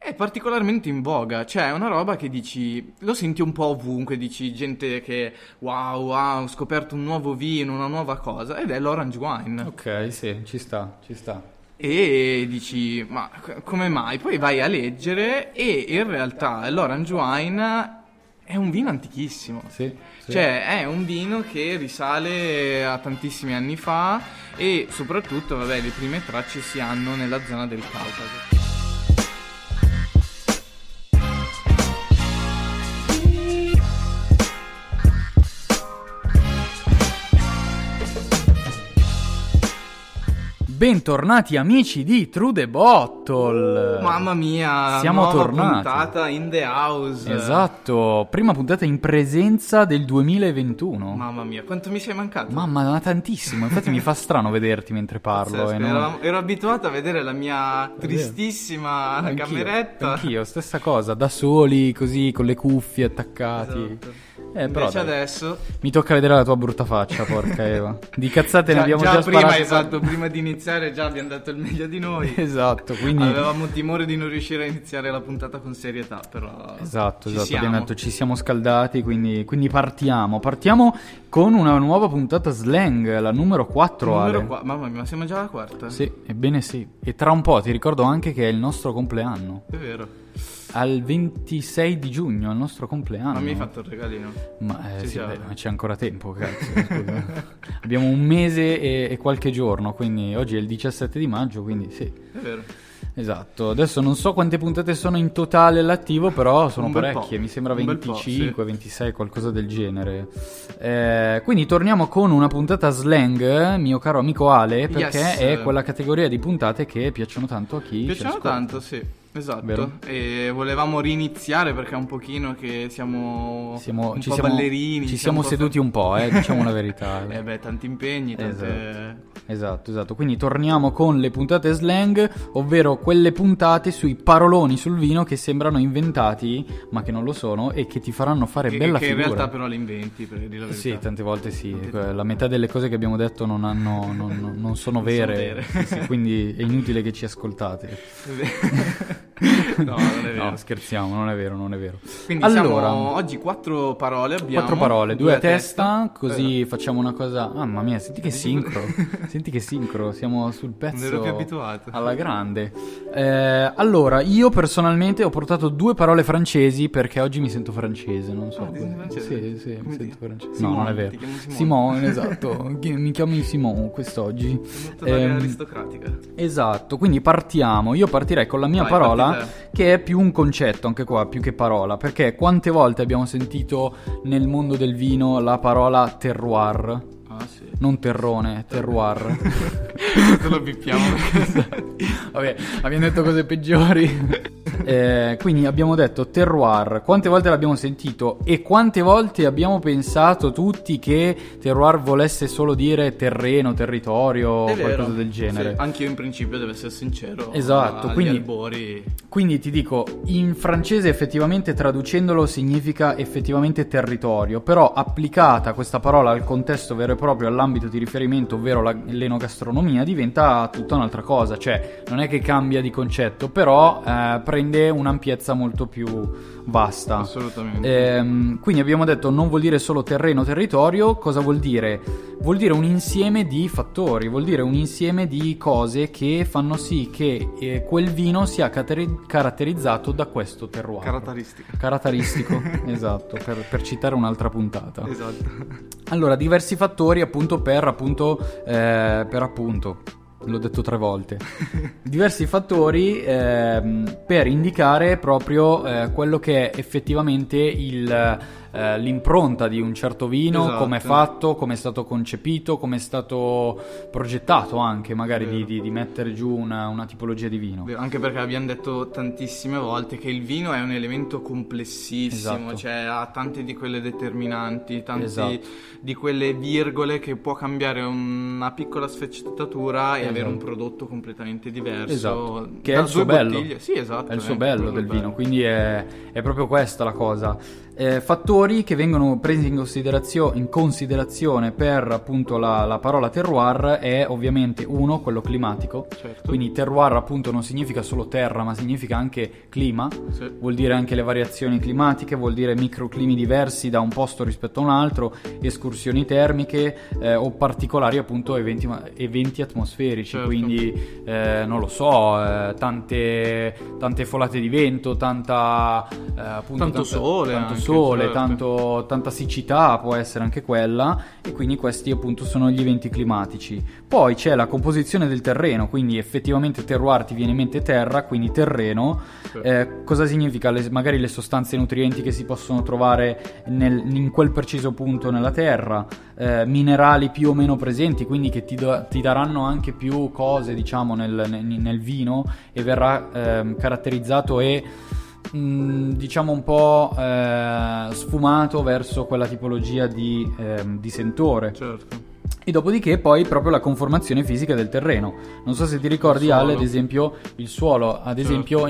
È particolarmente in voga, cioè è una roba che dici, lo senti un po' ovunque, dici gente che wow, ho scoperto un nuovo vino, una nuova cosa, ed è l'orange wine. Ok, sì, ci sta. E dici, ma come mai? Poi vai a leggere e in realtà l'orange wine è un vino antichissimo. Sì. Cioè è un vino che risale a tantissimi anni fa e soprattutto, vabbè, le prime tracce si hanno nella zona del Caucaso. Bentornati amici di True the Bottle. Mamma mia, siamo nuova tornati. Puntata in the house. Esatto, prima puntata in presenza del 2021. Mamma mia, quanto mi sei mancato? Ma tantissimo, infatti mi fa strano vederti mentre parlo. Pazzesco, ero abituato a vedere la mia tristissima cameretta. Anch'io, stessa cosa, da soli, così, con le cuffie attaccati. Esatto. Però invece adesso mi tocca vedere la tua brutta faccia, porca Eva. Di cazzate ne abbiamo già prima, sparate. esatto, prima di iniziare già abbiamo dato il meglio di noi. Esatto, quindi avevamo timore di non riuscire a iniziare la puntata con serietà, però Esatto, abbiamo detto ci siamo scaldati, quindi partiamo con una nuova puntata slang, la numero 4. Mamma mia, ma siamo già alla quarta? Sì, ebbene sì. E tra un po' ti ricordo anche che è il nostro compleanno. È vero. Al 26 di giugno, al nostro compleanno. Ma mi hai fatto il regalino? Ma ma c'è ancora tempo, cazzo. Abbiamo un mese e qualche giorno, quindi oggi è il 17 di maggio, quindi sì. È vero. Esatto, adesso non so quante puntate sono in totale all'attivo, però sono parecchie, mi sembra 25, sì. 26, qualcosa del genere. Quindi torniamo con una puntata slang, mio caro amico Ale, perché è quella categoria di puntate che piacciono tanto a chi piacciono tanto, sì. Esatto, vero? E volevamo riniziare perché è un pochino che siamo ballerini. Ci siamo seduti un po', diciamo la verità. Tanti impegni, tante... Esatto. Quindi torniamo con le puntate slang, ovvero quelle puntate sui paroloni sul vino che sembrano inventati, ma che non lo sono e che ti faranno fare bella che figura. Che in realtà però le inventi, per dire la verità. Sì, tante volte sì. La metà delle cose che abbiamo detto non sono vere. Sì, quindi è inutile che ci ascoltate. No, non è vero. No, scherziamo, non è vero. Quindi allora, siamo oggi 4 parole abbiamo. 4 parole, 2 a testa, così facciamo una cosa. Mamma mia, senti che sincro, siamo sul pezzo. Non ero più abituato. Alla grande. Allora, io personalmente ho portato 2 parole francesi perché oggi mi sento francese, non so. Francese? Sì, mi sento francese. Simone, no, non è vero. Ti chiamo Simone, esatto. Mi chiami Simone quest'oggi. Molto aristocratica. Esatto, quindi partiamo. Io partirei con la mia parola, che è più un concetto anche qua, più che parola, perché quante volte abbiamo sentito nel mondo del vino la parola terroir? Ah, sì. Non terrone, terroir. Questo lo bippiamo. Vabbè, abbiamo detto cose peggiori. Quindi abbiamo detto terroir. Quante volte l'abbiamo sentito e quante volte abbiamo pensato tutti che terroir volesse solo dire terreno, territorio o qualcosa del genere. Sì, anche io in principio, devo essere sincero. Esatto, quindi ti dico, in francese effettivamente traducendolo significa effettivamente territorio, però applicata questa parola al contesto vero e proprio, all'ambito di riferimento, ovvero l'enogastronomia, diventa tutta un'altra cosa. Cioè non è che cambia di concetto, però prende un'ampiezza molto più vasta. Assolutamente. Quindi abbiamo detto non vuol dire solo terreno, territorio. Cosa vuol dire? Vuol dire un insieme di fattori, vuol dire un insieme di cose che fanno sì che quel vino sia caratterizzato da questo terroir. Caratteristico. Esatto, per citare un'altra puntata. Esatto. Allora, diversi fattori appunto per appunto l'ho detto 3 volte. Diversi fattori per indicare proprio quello che è effettivamente l'impronta di un certo vino, esatto. Come è fatto, come è stato concepito, come è stato progettato anche magari di mettere giù una tipologia di vino. Anche perché abbiamo detto tantissime volte che il vino è un elemento complessissimo, esatto. Cioè ha tante di quelle determinanti, tanti esatto. di quelle virgole che può cambiare una piccola sfaccettatura e avere un prodotto completamente diverso. Esatto. Che è il suo bello. Sì, esatto. È il suo bello del vino, quindi è proprio questa la cosa. Fattori fattori che vengono presi in considerazione per appunto la parola terroir è ovviamente uno, quello climatico. Certo. Quindi terroir appunto non significa solo terra, ma significa anche clima. Sì. Vuol dire anche le variazioni climatiche, vuol dire microclimi diversi da un posto rispetto a un altro, escursioni termiche o particolari appunto eventi atmosferici. Certo. Quindi non lo so, tante folate di vento, Tanto sole, certo. tanta siccità può essere anche quella, e quindi questi appunto sono gli eventi climatici. Poi c'è la composizione del terreno, quindi effettivamente terroir ti viene in mente terra, quindi terreno. Sì. Cosa significa? Magari le sostanze nutrienti che si possono trovare in quel preciso punto nella terra, minerali più o meno presenti, quindi che ti daranno anche più cose, diciamo, nel vino, e verrà caratterizzato e diciamo un po' sfumato verso quella tipologia di sentore. Certo. E dopodiché poi proprio la conformazione fisica del terreno. Non so se ti ricordi, Ale, ad esempio il suolo, ad esempio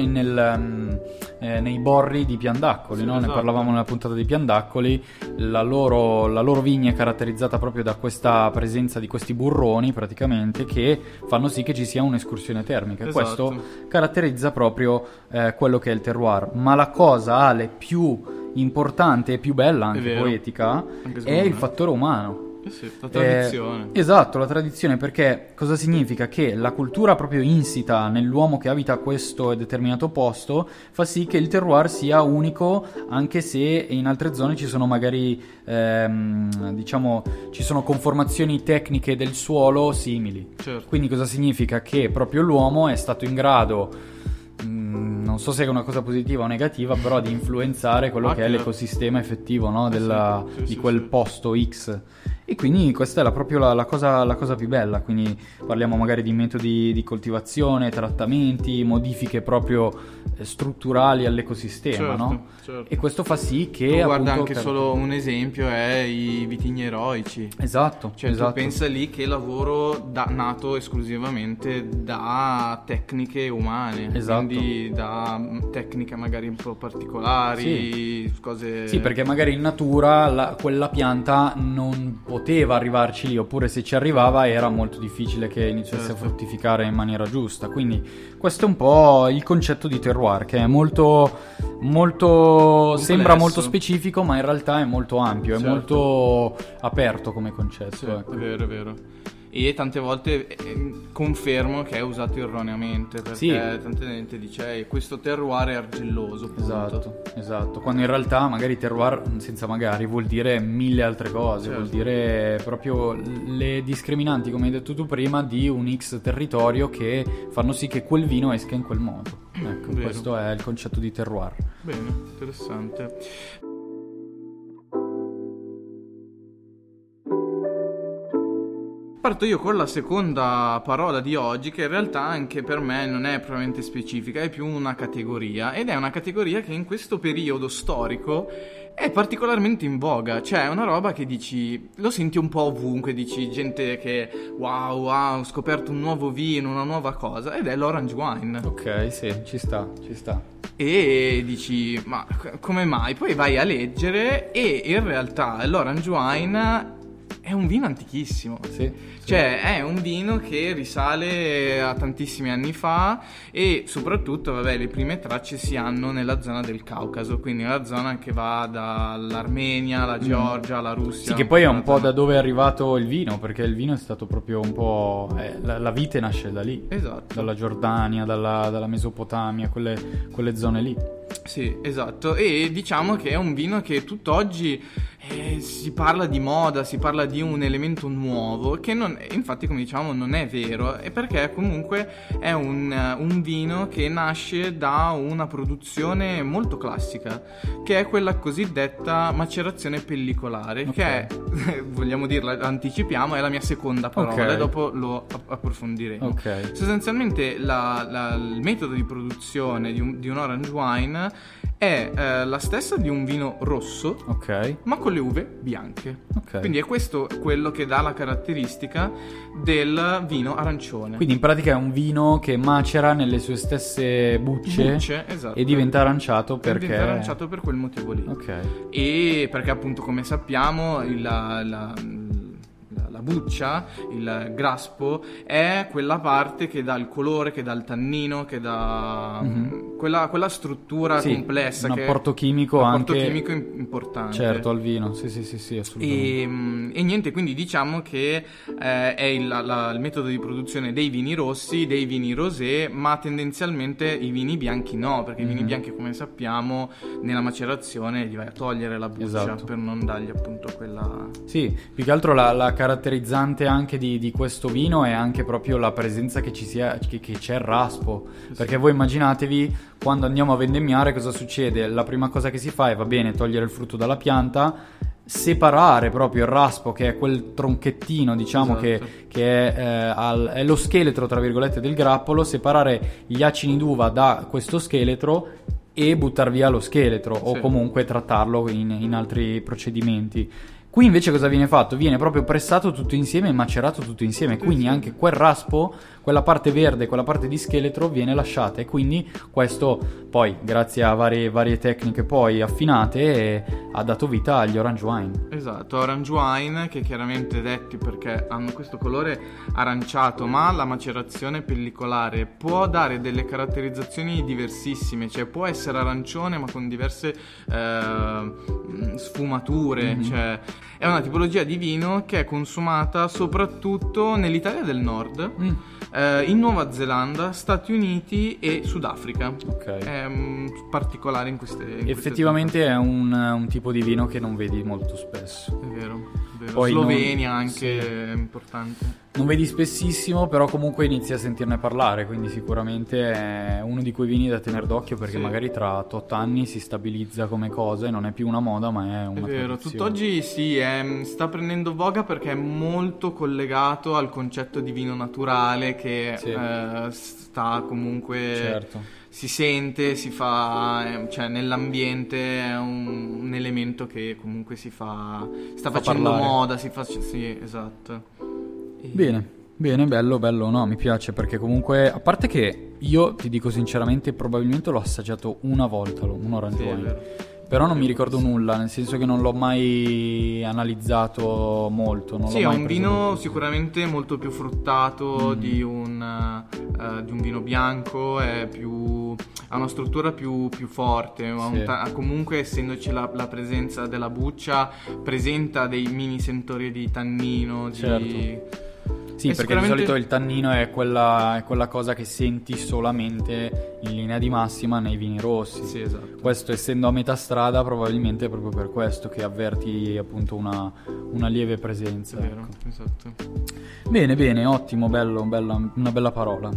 nei borri di Piandaccoli, sì, no? esatto. Ne parlavamo nella puntata dei Piandaccoli. La loro vigna è caratterizzata proprio da questa presenza di questi burroni praticamente, che fanno sì che ci sia un'escursione termica. Esatto. Questo caratterizza proprio quello che è il terroir. Ma la cosa, Ale, più importante e più bella, anche poetica, è il fattore umano. Sì, la tradizione. Esatto, la tradizione, perché cosa significa? Che la cultura proprio insita nell'uomo che abita questo determinato posto fa sì che il terroir sia unico, anche se in altre zone ci sono magari diciamo ci sono conformazioni tecniche del suolo simili. Certo. Quindi cosa significa? Che proprio l'uomo è stato in grado, non so se è una cosa positiva o negativa, però di influenzare quello che è l'ecosistema effettivo, no? Di quel posto X. E quindi questa è proprio la cosa più bella. Quindi parliamo magari di metodi di coltivazione, trattamenti, modifiche proprio strutturali all'ecosistema, certo, no? Certo. E questo fa sì che guarda, anche solo un esempio è i vitigni eroici. Esatto. Cioè esatto. tu pensa lì che lavoro nato esclusivamente da tecniche umane. Esatto. Quindi da tecniche magari un po' particolari, cose... Sì, perché magari in natura quella pianta non poteva arrivarci lì, oppure se ci arrivava era molto difficile che iniziasse a fruttificare in maniera giusta. Quindi questo è un po' il concetto di terroir, che è molto sembra molto specifico, ma in realtà è molto ampio, è molto aperto come concetto. Sì, ecco. È vero. E tante volte confermo che è usato erroneamente, perché tanta gente dice questo terroir è argilloso, punto. Esatto, quando in realtà magari terroir, senza magari, vuol dire mille altre cose, vuol dire proprio le discriminanti, come hai detto tu prima, di un X territorio che fanno sì che quel vino esca in quel modo. Ecco, questo è il concetto di terroir. Bene, interessante. Parto io con la seconda parola di oggi, che in realtà anche per me non è propriamente specifica, è più una categoria, ed è una categoria che in questo periodo storico è particolarmente in voga. Cioè è una roba che dici, lo senti un po' ovunque, dici gente che wow, ho scoperto un nuovo vino, una nuova cosa, ed è l'orange wine. Ok, sì, ci sta. E dici, ma come mai? Poi vai a leggere e in realtà l'orange wine è un vino antichissimo. Sì. Cioè è un vino che risale a tantissimi anni fa, e soprattutto, vabbè, le prime tracce si hanno nella zona del Caucaso, quindi la zona che va dall'Armenia, la Georgia, la Russia. Sì, che poi è un po' da dove è arrivato il vino, perché il vino è stato proprio un po'... la vite nasce da lì. Esatto. Dalla Giordania, dalla Mesopotamia, quelle zone lì. Sì, esatto. E diciamo che è un vino che tutt'oggi si parla di moda, si parla di un elemento nuovo, che non, infatti, come diciamo, non è vero, e perché comunque è un vino che nasce da una produzione molto classica, che è quella cosiddetta macerazione pellicolare, che è, vogliamo dirla, anticipiamo, è la mia seconda parola, e dopo lo approfondiremo. Sostanzialmente il metodo di produzione di un orange wine è la stessa di un vino rosso, Ok. ma con le uve bianche. Ok. Quindi è questo quello che dà la caratteristica del vino arancione. Quindi in pratica è un vino che macera nelle sue stesse bucce, esatto. e diventa aranciato perché... Diventa aranciato per quel motivo lì. Ok. E perché appunto, come sappiamo, la buccia, il graspo, è quella parte che dà il colore, che dà il tannino, che dà quella struttura Sì, complessa. un che apporto chimico un apporto anche... chimico importante. Certo, al vino, sì, assolutamente. E niente, quindi diciamo che è il metodo di produzione dei vini rossi, dei vini rosé, ma tendenzialmente i vini bianchi no, perché i vini bianchi, come sappiamo, nella macerazione gli vai a togliere la buccia, Esatto. per non dargli appunto quella... Sì, più che altro la caratterizzante anche di questo vino è anche proprio la presenza che ci sia, che c'è il raspo. Perché voi immaginatevi, quando andiamo a vendemmiare, cosa succede? La prima cosa che si fa è, va bene, togliere il frutto dalla pianta, separare proprio il raspo, che è quel tronchettino, diciamo, Esatto. che è lo scheletro, tra virgolette, del grappolo, separare gli acini d'uva da questo scheletro e buttar via lo scheletro, o Sì. comunque trattarlo in altri procedimenti. Qui invece cosa viene fatto? Viene proprio pressato tutto insieme e macerato tutto insieme, quindi anche quel raspo, quella parte verde, quella parte di scheletro viene lasciata, e quindi questo poi, grazie a varie tecniche poi affinate, ha dato vita agli orange wine. Esatto, orange wine, che chiaramente detti perché hanno questo colore aranciato, ma la macerazione pellicolare può dare delle caratterizzazioni diversissime, cioè può essere arancione ma con diverse sfumature, cioè è una tipologia di vino che è consumata soprattutto nell'Italia del Nord, in Nuova Zelanda, Stati Uniti e Sudafrica. Ok. È particolare in queste Effettivamente è un tipo di vino che non vedi molto spesso. È vero, è vero. Poi Slovenia non- anche sì. è importante. Non vedi spessissimo, però comunque inizi a sentirne parlare, quindi sicuramente è uno di quei vini da tenere d'occhio, perché Sì. magari tra 8 anni si stabilizza come cosa e non è più una moda, ma è È una vero, tradizione. tutt'oggi sì, sta prendendo voga perché è molto collegato al concetto di vino naturale che Sì. sta comunque... Certo. Si sente, si fa, cioè nell'ambiente è un elemento che comunque sta facendo parlare. moda, sì, esatto. Bene, bello, no, mi piace, perché comunque, a parte che io ti dico sinceramente, probabilmente l'ho assaggiato una volta, un orange Sì, è wine. vero. Però non mi ricordo nulla, nel senso che non l'ho mai analizzato molto. Non Sì, l'ho è mai un preso vino molto. sicuramente molto più fruttato di un vino bianco, ha una struttura più forte, Sì. comunque essendoci la presenza della buccia, presenta dei mini sentori di tannino, Certo. Sì, è perché di sicuramente- solito il tannino è quella cosa che senti solamente in linea di massima nei vini rossi. Sì, esatto. Questo, essendo a metà strada, probabilmente è proprio per questo che avverti appunto una lieve presenza. È vero, ecco. esatto. Bene, ottimo, una bella parola.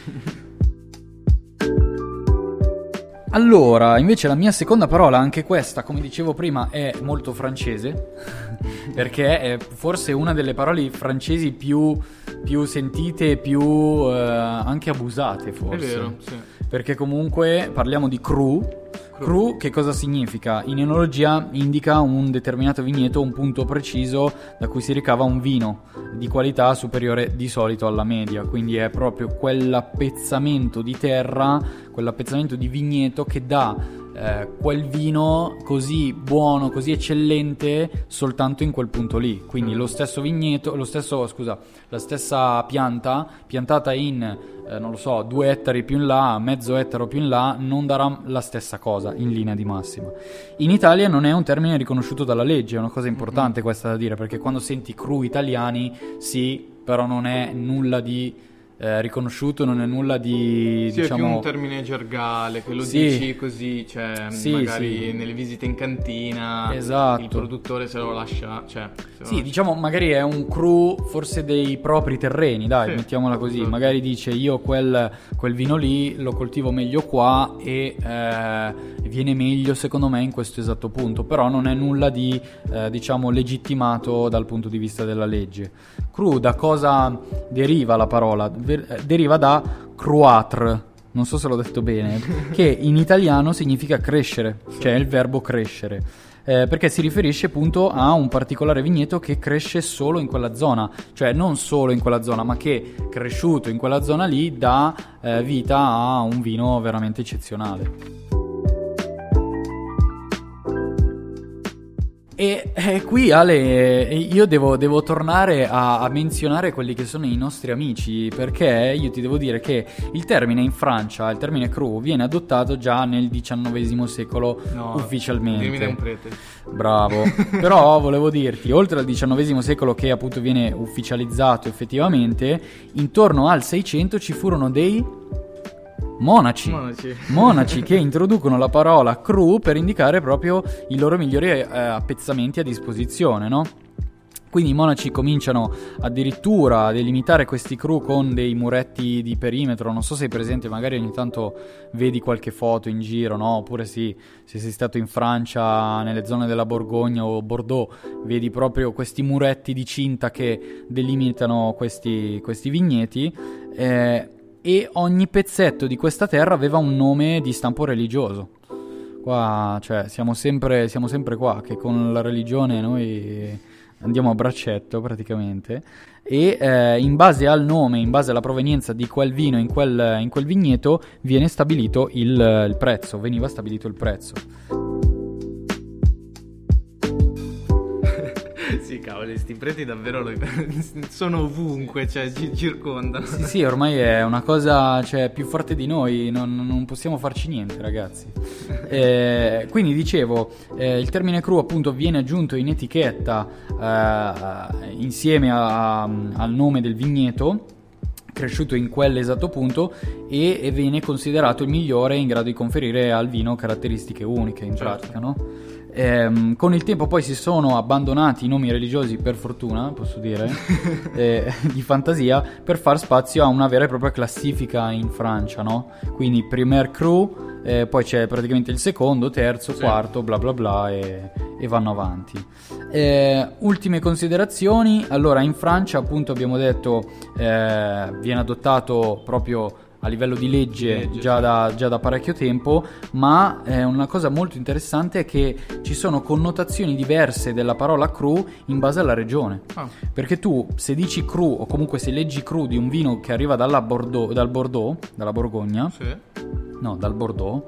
Allora, invece la mia seconda parola, anche questa, come dicevo prima, è molto francese, perché è forse una delle parole francesi più sentite e più anche abusate, forse. È vero, sì. Perché comunque parliamo di cru. Cru che cosa significa? In enologia indica un determinato vigneto, un punto preciso da cui si ricava un vino di qualità superiore di solito alla media, quindi è proprio quell'appezzamento di terra, quell'appezzamento di vigneto che dà quel vino così buono, così eccellente soltanto in quel punto lì. Quindi la stessa pianta piantata in non lo so, 2 ettari più in là, mezzo ettaro più in là, non darà la stessa cosa in linea di massima. In Italia non è un termine riconosciuto dalla legge, è una cosa importante questa da dire, perché quando senti cru italiani, sì, però non è nulla di riconosciuto, non è nulla di, Sì, diciamo... è più un termine gergale che lo Sì. dici così, cioè Sì, magari sì. nelle visite in cantina Esatto. il produttore se lo lascia, cioè se lo Sì, lascia. diciamo magari è un cru forse dei propri terreni, dai, Sì, mettiamola così. esatto. Magari dice io quel vino lì lo coltivo meglio qua e viene meglio secondo me in questo esatto punto, però non è nulla di diciamo legittimato dal punto di vista della legge. Cru, da cosa deriva la parola? Deriva da croître, non so se l'ho detto bene, che in italiano significa crescere, cioè il verbo crescere. Perché si riferisce appunto a un particolare vigneto che cresce solo in quella zona, cioè non solo in quella zona, ma che cresciuto in quella zona lì dà vita a un vino veramente eccezionale. E qui Ale, io devo tornare a menzionare quelli che sono i nostri amici, perché io ti devo dire che il termine in Francia, il termine cru, viene adottato già nel XIX secolo ufficialmente. Dimmi da un prete. Bravo. Però volevo dirti, oltre al XIX secolo che appunto viene ufficializzato effettivamente, intorno al 600 ci furono dei monaci che introducono la parola cru per indicare proprio i loro migliori appezzamenti a disposizione, no? Quindi i monaci cominciano addirittura a delimitare questi cru con dei muretti di perimetro. Non so se sei presente, magari ogni tanto vedi qualche foto in giro, no? Oppure sì, se sei stato in Francia, nelle zone della Borgogna o Bordeaux, vedi proprio questi muretti di cinta che delimitano questi vigneti. E ogni pezzetto di questa terra aveva un nome di stampo religioso. Qua, cioè, siamo sempre qua, che con la religione noi andiamo a braccetto praticamente. E in base al nome, in base alla provenienza di quel vino in quel vigneto, viene stabilito il prezzo, veniva stabilito il prezzo. Sì, cavoli, sti preti davvero sono ovunque, cioè ci circondano. Sì, ormai è una cosa, cioè, più forte di noi, non possiamo farci niente, ragazzi. Quindi dicevo, il termine cru appunto viene aggiunto in etichetta insieme al nome del vigneto cresciuto in quell'esatto punto e viene considerato il migliore in grado di conferire al vino caratteristiche uniche in pratica, no? Con il tempo poi si sono abbandonati i nomi religiosi, per fortuna posso dire, di fantasia, per far spazio a una vera e propria classifica in Francia, no? Quindi Premier Cru, poi c'è praticamente il secondo, terzo, quarto, bla bla bla e vanno avanti. Ultime considerazioni. Allora, in Francia appunto abbiamo detto viene adottato proprio a livello di legge già da parecchio tempo, ma una cosa molto interessante è che ci sono connotazioni diverse della parola cru in base alla regione. Perché tu, se dici cru o comunque se leggi cru di un vino che arriva dalla Borgogna, no, dal Bordeaux,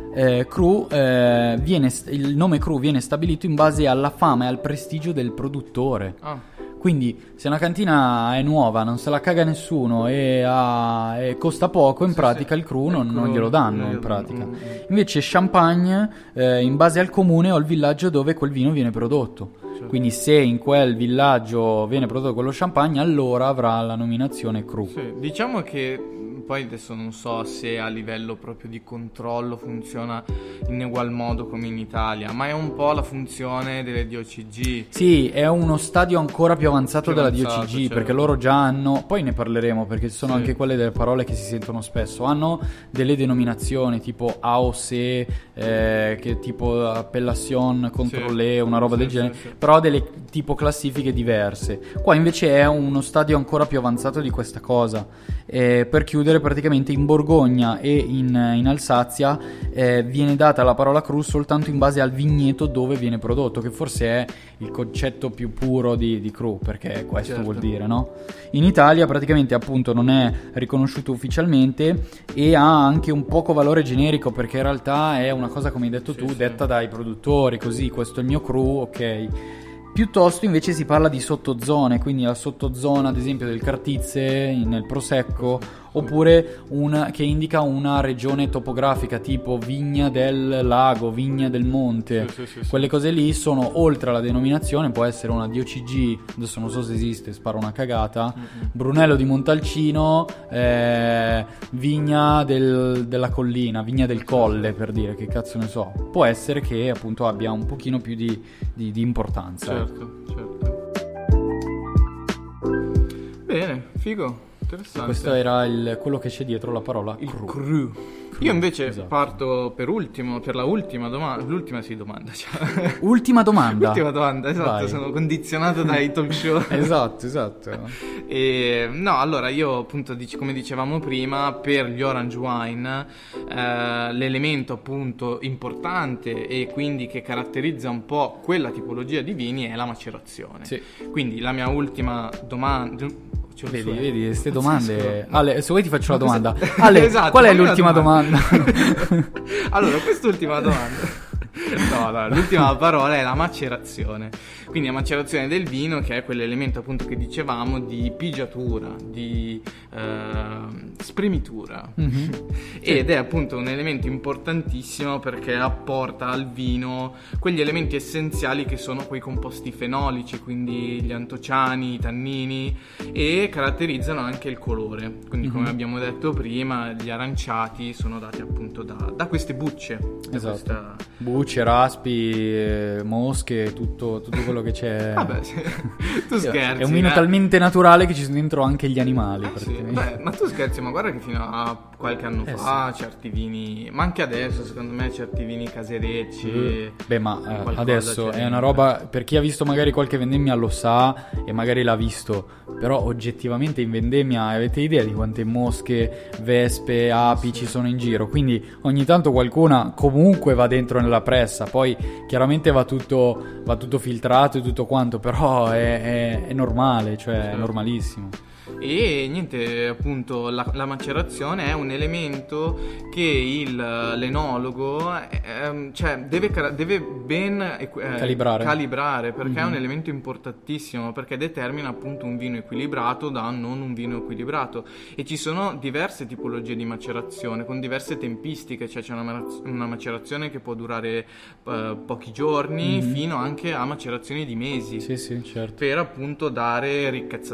il nome cru viene stabilito in base alla fama e al prestigio del produttore. Quindi se una cantina è nuova, non se la caga nessuno e costa poco, in pratica il cru non glielo danno in pratica. Invece Champagne, in base al comune o al villaggio dove quel vino viene prodotto. Quindi se in quel villaggio viene prodotto quello champagne, allora avrà la nominazione cru. Diciamo che poi adesso non so se a livello proprio di controllo funziona in ugual modo come in Italia, ma è un po' la funzione delle DOCG. Sì, è uno stadio ancora più avanzato della DOCG, perché loro già hanno, poi ne parleremo perché ci sono anche quelle delle parole che si sentono spesso, hanno delle denominazioni tipo AOC, che tipo appellation contrôlée, una roba del genere, però delle tipo classifiche diverse. Qua invece è uno stadio ancora più avanzato di questa cosa. Per chiudere, praticamente in Borgogna e in Alsazia viene data la parola cru soltanto in base al vigneto dove viene prodotto, che forse è il concetto più puro di cru, perché questo vuol dire, no? In Italia praticamente appunto non è riconosciuto ufficialmente e ha anche un poco valore generico, perché in realtà è una cosa, come hai detto tu, detta dai produttori, così questo è il mio cru, ok. Piuttosto invece si parla di sottozone, quindi la sottozona ad esempio del Cartizze nel Prosecco, oppure che indica una regione topografica tipo Vigna del Lago, Vigna del Monte. Quelle cose lì sono oltre alla denominazione, può essere una DOCG, adesso non so se esiste, sparo una cagata, Brunello di Montalcino, Vigna della Collina, Vigna del Colle, per dire, che cazzo ne so. Può essere che appunto abbia un pochino più di importanza. Certo. Bene, figo. interessante. Questo era quello che c'è dietro la parola il cru. cru. Io invece Esatto. parto per la ultima domanda. Domanda. Cioè. Ultima domanda. Ultima domanda, esatto. Vai. Sono condizionato dai talk show. Esatto. No, allora io appunto, come dicevamo prima, per gli orange wine l'elemento appunto importante e quindi che caratterizza un po' quella tipologia di vini è la macerazione. Sì. Quindi la mia ultima domanda... Vedi, queste domande. Ale, se vuoi ti faccio la domanda. Esatto, Ale, qual è fammi la l'ultima domanda? Allora, quest'ultima domanda. No, l'ultima parola è la macerazione. Quindi la macerazione del vino, che è quell'elemento appunto che dicevamo di pigiatura, di spremitura. Mm-hmm. Ed è appunto un elemento importantissimo perché apporta al vino quegli elementi essenziali che sono quei composti fenolici, quindi gli antociani, i tannini, e caratterizzano anche il colore. Quindi come abbiamo detto prima, gli aranciati sono dati appunto da queste bucce. Esatto. Bucce, raspi, mosche, tutto quello che c'è. Vabbè, tu scherzi. È un vino talmente naturale che ci sono dentro anche gli animali. Sì. Beh, ma tu scherzi, ma guarda che fino a qualche anno fa certi vini, ma anche adesso secondo me certi vini caserecci. Beh, ma adesso è una roba, per chi ha visto magari qualche vendemmia lo sa e magari l'ha visto, però oggettivamente in vendemmia avete idea di quante mosche, vespe, api ci sono in giro, quindi ogni tanto qualcuna comunque va dentro nella pressa, poi chiaramente va tutto filtrato e tutto quanto, però è normale, cioè è normalissimo. E niente, appunto la macerazione è un elemento che l'enologo cioè deve ben calibrare perché è un elemento importantissimo, perché determina appunto un vino equilibrato da non un vino equilibrato, e ci sono diverse tipologie di macerazione con diverse tempistiche, cioè c'è una macerazione che può durare pochi giorni fino anche a macerazioni di mesi, sì, certo, per appunto dare ricchezza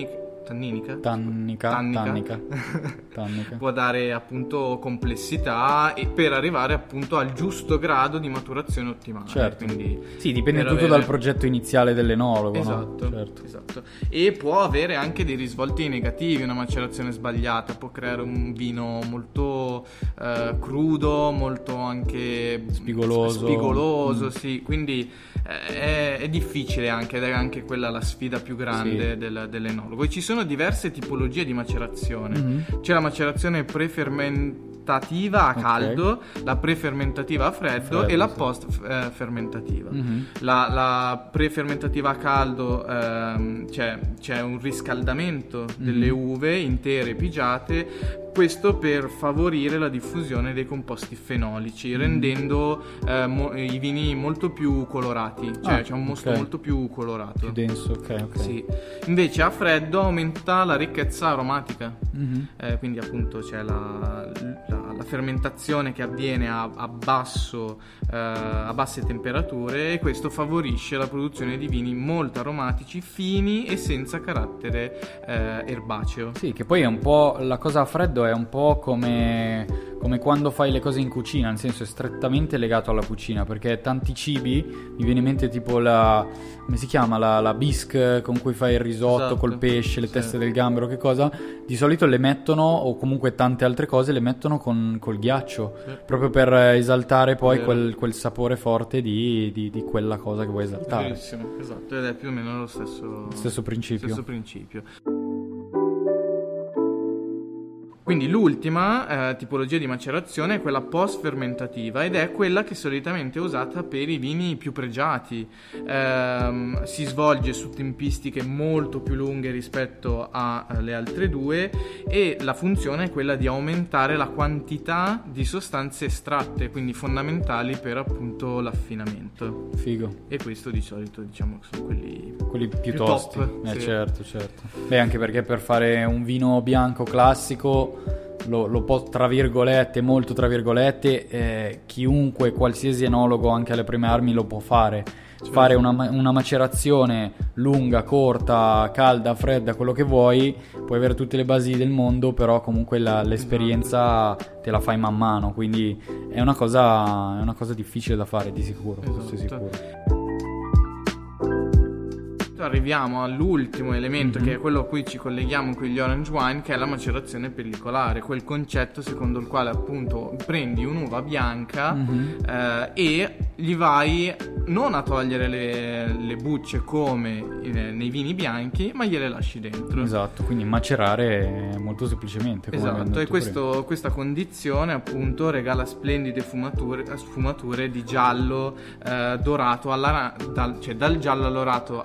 tannica. Può dare appunto complessità e per arrivare appunto al giusto grado di maturazione ottimale. Certo. Quindi sì, dipende tutto dal progetto iniziale dell'enologo. Esatto, no? Certo. Esatto. E può avere anche dei risvolti negativi, una macerazione sbagliata può creare un vino molto crudo, molto anche spigoloso, sì, quindi è difficile anche, ed è anche quella la sfida più grande dell'enologo. E ci sono diverse tipologie di macerazione. C'è la macerazione prefermentativa a caldo, la prefermentativa a freddo e la post fermentativa. La prefermentativa a caldo c'è un riscaldamento delle uve intere pigiate, questo per favorire la diffusione dei composti fenolici, rendendo i vini molto più colorati, cioè c'è un mosto molto più colorato, più denso. Ok. Sì. Invece a freddo aumenta la ricchezza aromatica, quindi appunto c'è la fermentazione che avviene a basse temperature, e questo favorisce la produzione di vini molto aromatici, fini e senza carattere erbaceo. Sì, che poi è un po' la cosa a freddo, è un po' come quando fai le cose in cucina, nel senso è strettamente legato alla cucina, perché tanti cibi, mi viene in mente tipo come si chiama, la bisque con cui fai il risotto, esatto, col pesce, le teste del gambero, che cosa, di solito le mettono, o comunque tante altre cose le mettono col ghiaccio, proprio per esaltare poi quel sapore forte di quella cosa che vuoi esaltare. Verissimo, esatto, ed è più o meno lo stesso principio. Quindi l'ultima tipologia di macerazione è quella post-fermentativa, ed è quella che solitamente è usata per i vini più pregiati. Si svolge su tempistiche molto più lunghe rispetto alle altre due, e la funzione è quella di aumentare la quantità di sostanze estratte, quindi fondamentali per appunto l'affinamento. Figo. E questo di solito diciamo che sono quelli più tosti. Top, sì. Certo. Beh, anche perché per fare un vino bianco classico lo può, tra virgolette, molto tra virgolette, chiunque, qualsiasi enologo anche alle prime armi lo può fare. Fare una macerazione lunga, corta, calda, fredda, quello che vuoi, puoi avere tutte le basi del mondo, però comunque l'esperienza te la fai man mano, quindi è una cosa difficile da fare, di sicuro. Esatto. Questo è sicuro. arriviamo all'ultimo elemento, che è quello a cui ci colleghiamo con gli orange wine, che è la macerazione pellicolare, quel concetto secondo il quale appunto prendi un'uva bianca e gli vai non a togliere le bucce come nei vini bianchi, ma gliele lasci dentro. Esatto, quindi macerare molto semplicemente, come esatto, e questa condizione appunto regala splendide sfumature di giallo dorato cioè dal giallo allorato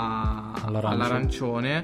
all'arancione,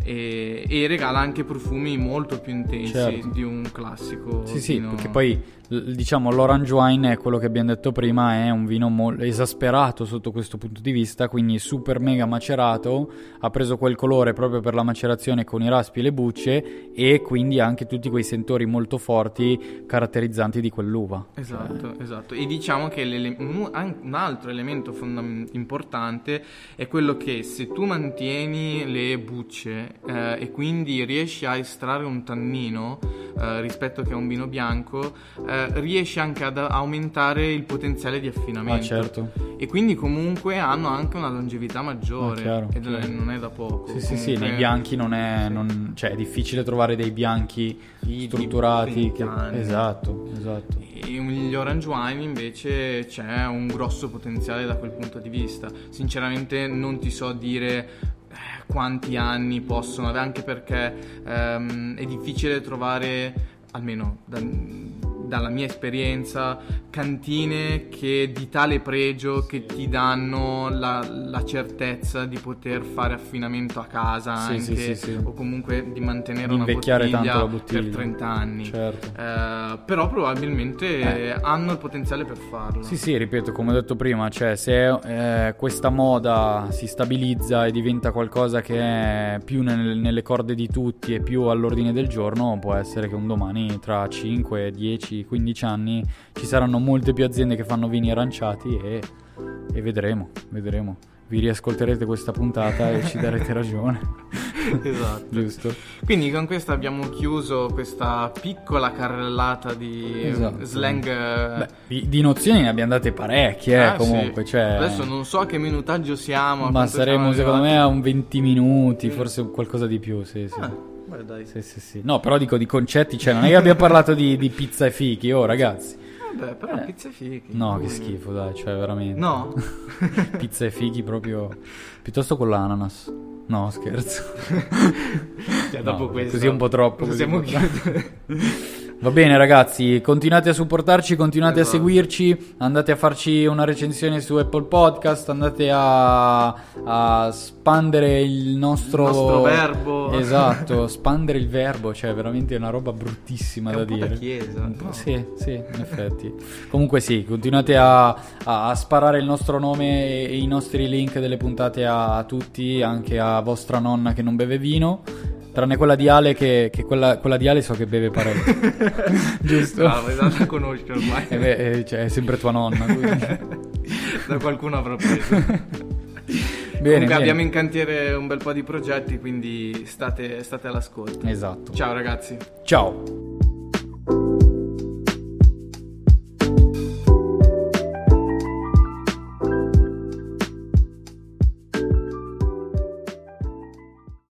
e regala anche profumi molto più intensi, certo, di un classico vino. Sì, perché poi diciamo l'orange wine è quello che abbiamo detto prima, è un vino esasperato sotto questo punto di vista, quindi super mega macerato, ha preso quel colore proprio per la macerazione con i raspi e le bucce, e quindi anche tutti quei sentori molto forti caratterizzanti di quell'uva. Esatto. E diciamo che un altro elemento importante è quello che se tu mantieni le bucce e quindi riesci a estrarre un tannino rispetto che a un vino bianco, riesci anche ad aumentare il potenziale di affinamento. Certo. E quindi comunque hanno anche una longevità maggiore, chiaro. Non è da poco. Sì, nei bianchi cioè è difficile trovare dei bianchi strutturati esatto. E gli orange wine invece c'è un grosso potenziale da quel punto di vista. Sinceramente non ti so dire quanti anni possono avere, anche perché è difficile trovare, almeno dalla mia esperienza, cantine che di tale pregio che ti danno la certezza di poter fare affinamento a casa, o comunque di mantenere una bottiglia per 30 anni. Certo. Però probabilmente hanno il potenziale per farlo. Sì, ripeto, come ho detto prima, cioè se questa moda si stabilizza e diventa qualcosa che è più nelle corde di tutti e più all'ordine del giorno, può essere che un domani, tra 5, 10, 15 anni, ci saranno molte più aziende che fanno vini aranciati e vedremo. Vi riascolterete questa puntata e ci darete ragione. Esatto. Giusto. Quindi con questo abbiamo chiuso questa piccola carrellata di slang. Di nozioni ne abbiamo date parecchie, comunque. Sì. Cioè, adesso non so a che minutaggio siamo. Ma saremo secondo me a un 20 minuti, forse qualcosa di più, sì. Dai. Sì. No, però dico di concetti, cioè non è che abbiamo parlato di pizza e fichi, ragazzi. Vabbè, però pizza e fichi. No, che schifo, dai, cioè veramente. No. Pizza e fichi proprio, piuttosto con l'ananas. No, scherzo. Cioè, dopo questo così è un po' troppo. Possiamo chiudere. Va bene ragazzi, continuate a supportarci, continuate a seguirci, andate a farci una recensione su Apple Podcast, andate a spandere il nostro verbo. Esatto, spandere il verbo, cioè veramente è una roba bruttissima da dire. È un po' da chiesa. No? Sì, in effetti. Comunque sì, continuate a sparare il nostro nome e i nostri link delle puntate a tutti, anche a vostra nonna che non beve vino. Tranne quella di Ale, che quella di Ale so che beve parecchio. Giusto? La conosci ormai. Cioè, è sempre tua nonna. Da qualcuno avrà preso. Comunque abbiamo in cantiere un bel po' di progetti, quindi state all'ascolto. Esatto. Ciao ragazzi. Ciao.